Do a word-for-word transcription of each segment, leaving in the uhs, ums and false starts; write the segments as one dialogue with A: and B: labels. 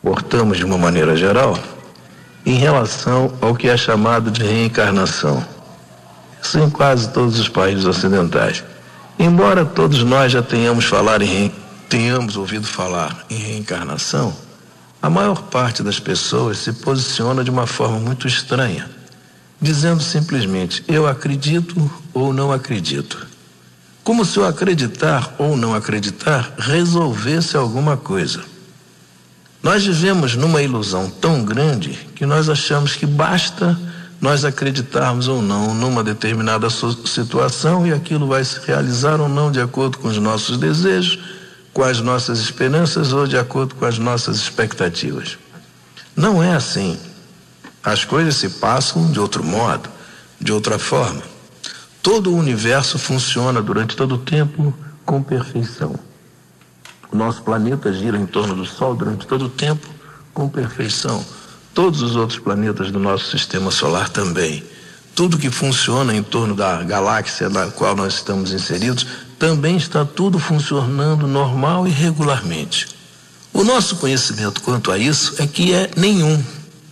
A: comportamos de uma maneira geral em relação ao que é chamado de reencarnação. Isso em quase todos os países ocidentais. Embora todos nós já tenhamos, falar em, tenhamos ouvido falar em reencarnação, a maior parte das pessoas se posiciona de uma forma muito estranha, dizendo simplesmente, eu acredito ou não acredito. Como se o acreditar ou não acreditar resolvesse alguma coisa. Nós vivemos numa ilusão tão grande que nós achamos que basta nós acreditarmos ou não numa determinada situação e aquilo vai se realizar ou não de acordo com os nossos desejos, com as nossas esperanças ou de acordo com as nossas expectativas. Não é assim. As coisas se passam de outro modo, de outra forma. Todo o universo funciona durante todo o tempo com perfeição. O nosso planeta gira em torno do Sol durante todo o tempo com perfeição. Todos os outros planetas do nosso sistema solar também. Tudo que funciona em torno da galáxia na qual nós estamos inseridos, também está tudo funcionando normal e regularmente. O nosso conhecimento quanto a isso é que é nenhum.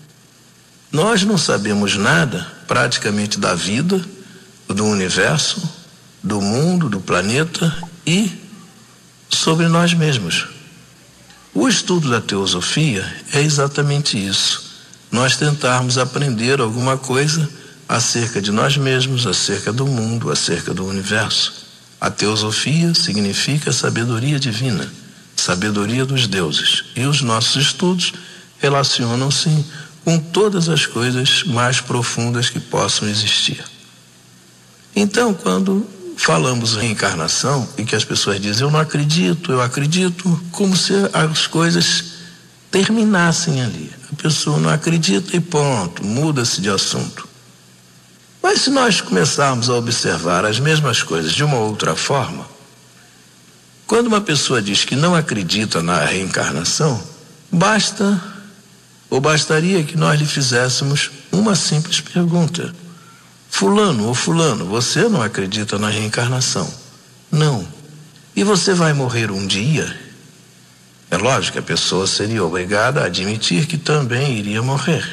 A: Nós não sabemos nada, praticamente, da vida, do universo, do mundo, do planeta e sobre nós mesmos. O estudo da teosofia é exatamente isso. Nós tentarmos aprender alguma coisa acerca de nós mesmos, acerca do mundo, acerca do universo. A teosofia significa sabedoria divina, sabedoria dos deuses. E os nossos estudos relacionam-se com todas as coisas mais profundas que possam existir. Então, quando falamos em reencarnação e que as pessoas dizem, eu não acredito, eu acredito, como se as coisas terminassem ali. A pessoa não acredita e ponto, muda-se de assunto. Mas se nós começarmos a observar as mesmas coisas de uma outra forma, quando uma pessoa diz que não acredita na reencarnação, basta ou bastaria que nós lhe fizéssemos uma simples pergunta. Fulano ou fulano, você não acredita na reencarnação? Não. E você vai morrer um dia? É lógico que a pessoa seria obrigada a admitir que também iria morrer.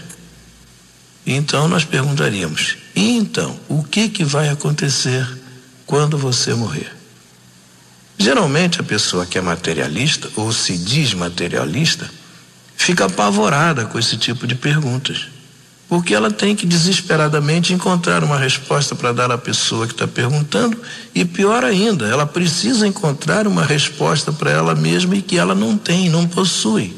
A: Então nós perguntaríamos, e então, o que que vai acontecer quando você morrer? Geralmente a pessoa que é materialista, ou se diz materialista, fica apavorada com esse tipo de perguntas. Porque ela tem que desesperadamente encontrar uma resposta para dar à pessoa que está perguntando e pior ainda, ela precisa encontrar uma resposta para ela mesma e que ela não tem, não possui.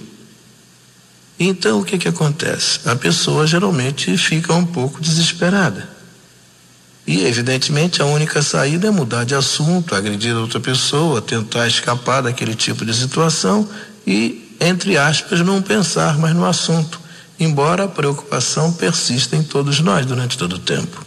A: Então o que que acontece? A pessoa geralmente fica um pouco desesperada. E evidentemente a única saída é mudar de assunto, agredir a outra pessoa, tentar escapar daquele tipo de situação e, entre aspas, não pensar mais no assunto. Embora a preocupação persista em todos nós durante todo o tempo.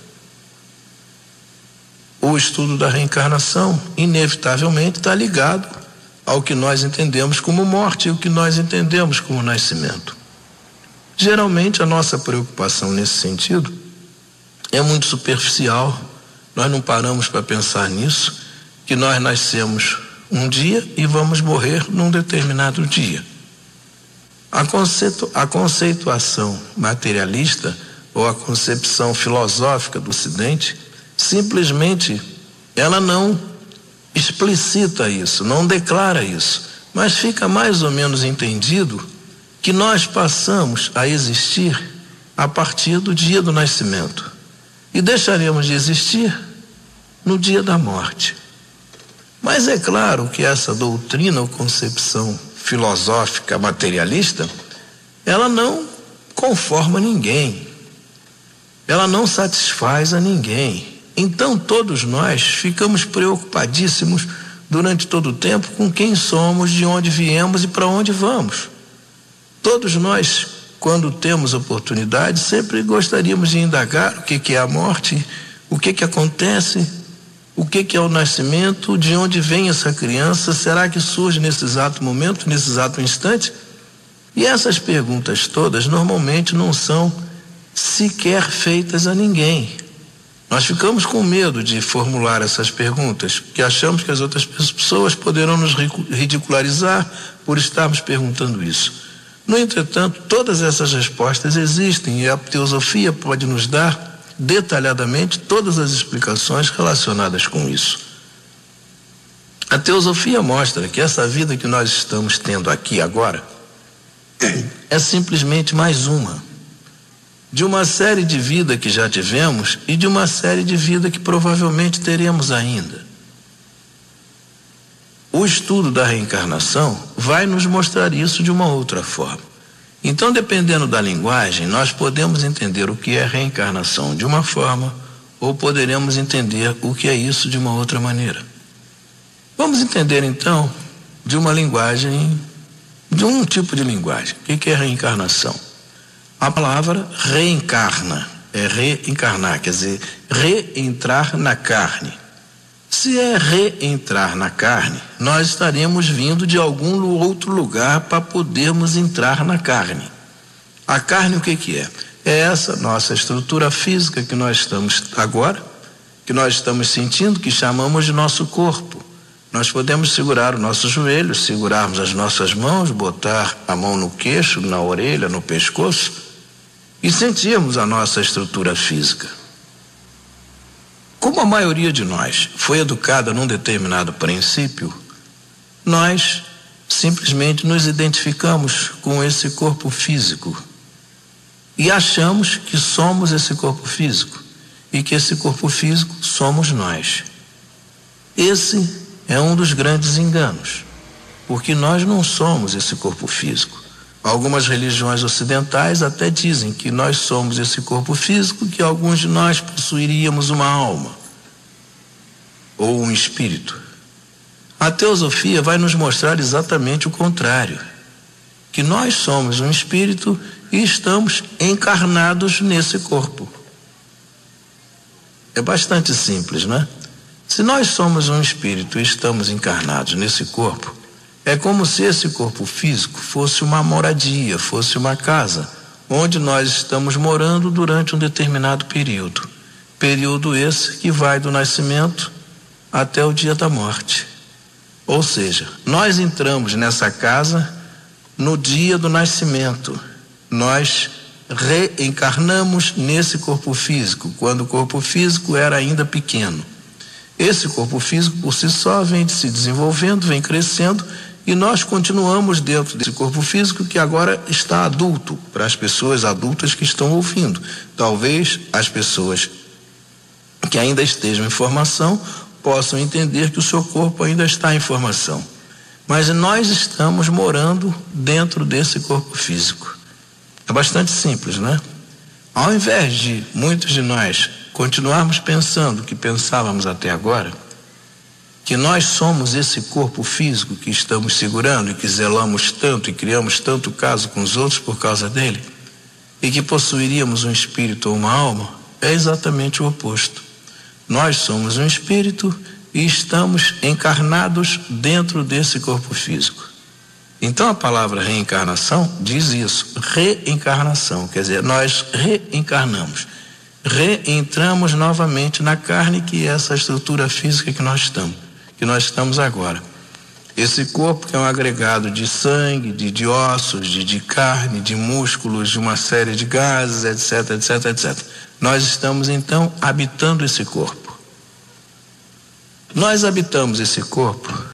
A: O estudo da reencarnação, inevitavelmente, está ligado ao que nós entendemos como morte e o que nós entendemos como nascimento. Geralmente, a nossa preocupação nesse sentido é muito superficial. Nós não paramos para pensar nisso, que nós nascemos um dia e vamos morrer num determinado dia. A, conceitu, a conceituação materialista ou a concepção filosófica do Ocidente, simplesmente ela não explicita isso, não declara isso, mas fica mais ou menos entendido que nós passamos a existir a partir do dia do nascimento e deixaremos de existir no dia da morte. Mas é claro que essa doutrina ou concepção filosófica materialista, ela não conforma ninguém, ela não satisfaz a ninguém. Então todos nós ficamos preocupadíssimos durante todo o tempo com quem somos, de onde viemos e para onde vamos. Todos nós, quando temos oportunidade, sempre gostaríamos de indagar o que que é a morte, o que que acontece, o que que é o nascimento, de onde vem essa criança, será que surge nesse exato momento, nesse exato instante? E essas perguntas todas normalmente não são sequer feitas a ninguém. Nós ficamos com medo de formular essas perguntas, porque achamos que as outras pessoas poderão nos ridicularizar por estarmos perguntando isso. No entretanto, todas essas respostas existem e a teosofia pode nos dar detalhadamente todas as explicações relacionadas com isso. A teosofia mostra que essa vida que nós estamos tendo aqui agora é simplesmente mais uma de uma série de vida que já tivemos e de uma série de vida que provavelmente teremos ainda. O estudo da reencarnação vai nos mostrar isso de uma outra forma. Então, dependendo da linguagem, nós podemos entender o que é reencarnação de uma forma ou poderemos entender o que é isso de uma outra maneira. Vamos entender então de uma linguagem, de um tipo de linguagem. O que é reencarnação? A palavra reencarna, é reencarnar, quer dizer, reentrar na carne. Se é reentrar na carne, nós estaremos vindo de algum outro lugar para podermos entrar na carne. A carne o que que é? É essa nossa estrutura física que nós estamos agora, que nós estamos sentindo, que chamamos de nosso corpo. Nós podemos segurar os nossos joelhos, segurarmos as nossas mãos, botar a mão no queixo, na orelha, no pescoço e sentirmos a nossa estrutura física. Como a maioria de nós foi educada num determinado princípio, nós simplesmente nos identificamos com esse corpo físico e achamos que somos esse corpo físico e que esse corpo físico somos nós. Esse é um dos grandes enganos, porque nós não somos esse corpo físico. Algumas religiões ocidentais até dizem que nós somos esse corpo físico, que alguns de nós possuiríamos uma alma ou um espírito. A teosofia vai nos mostrar exatamente o contrário, que nós somos um espírito e estamos encarnados nesse corpo. É bastante simples, não é? Se nós somos um espírito e estamos encarnados nesse corpo, é como se esse corpo físico fosse uma moradia, fosse uma casa, onde nós estamos morando durante um determinado período. Período esse que vai do nascimento até o dia da morte. Ou seja, nós entramos nessa casa no dia do nascimento. Nós reencarnamos nesse corpo físico, quando o corpo físico era ainda pequeno. Esse corpo físico, por si só, vem se desenvolvendo, vem crescendo, e nós continuamos dentro desse corpo físico que agora está adulto, para as pessoas adultas que estão ouvindo. Talvez as pessoas que ainda estejam em formação possam entender que o seu corpo ainda está em formação. Mas nós estamos morando dentro desse corpo físico. É bastante simples, né? Ao invés de muitos de nós continuarmos pensando o que pensávamos até agora, que nós somos esse corpo físico que estamos segurando e que zelamos tanto e criamos tanto caso com os outros por causa dele, e que possuiríamos um espírito ou uma alma, é exatamente o oposto. Nós somos um espírito e estamos encarnados dentro desse corpo físico. Então a palavra reencarnação diz isso, reencarnação, quer dizer, nós reencarnamos, reentramos novamente na carne, que é essa estrutura física que nós estamos, que nós estamos agora. Esse corpo que é um agregado de sangue, de, de ossos, de, de carne, de músculos, de uma série de gases, etc, etc, etcétera. Nós estamos então habitando esse corpo. Nós habitamos esse corpo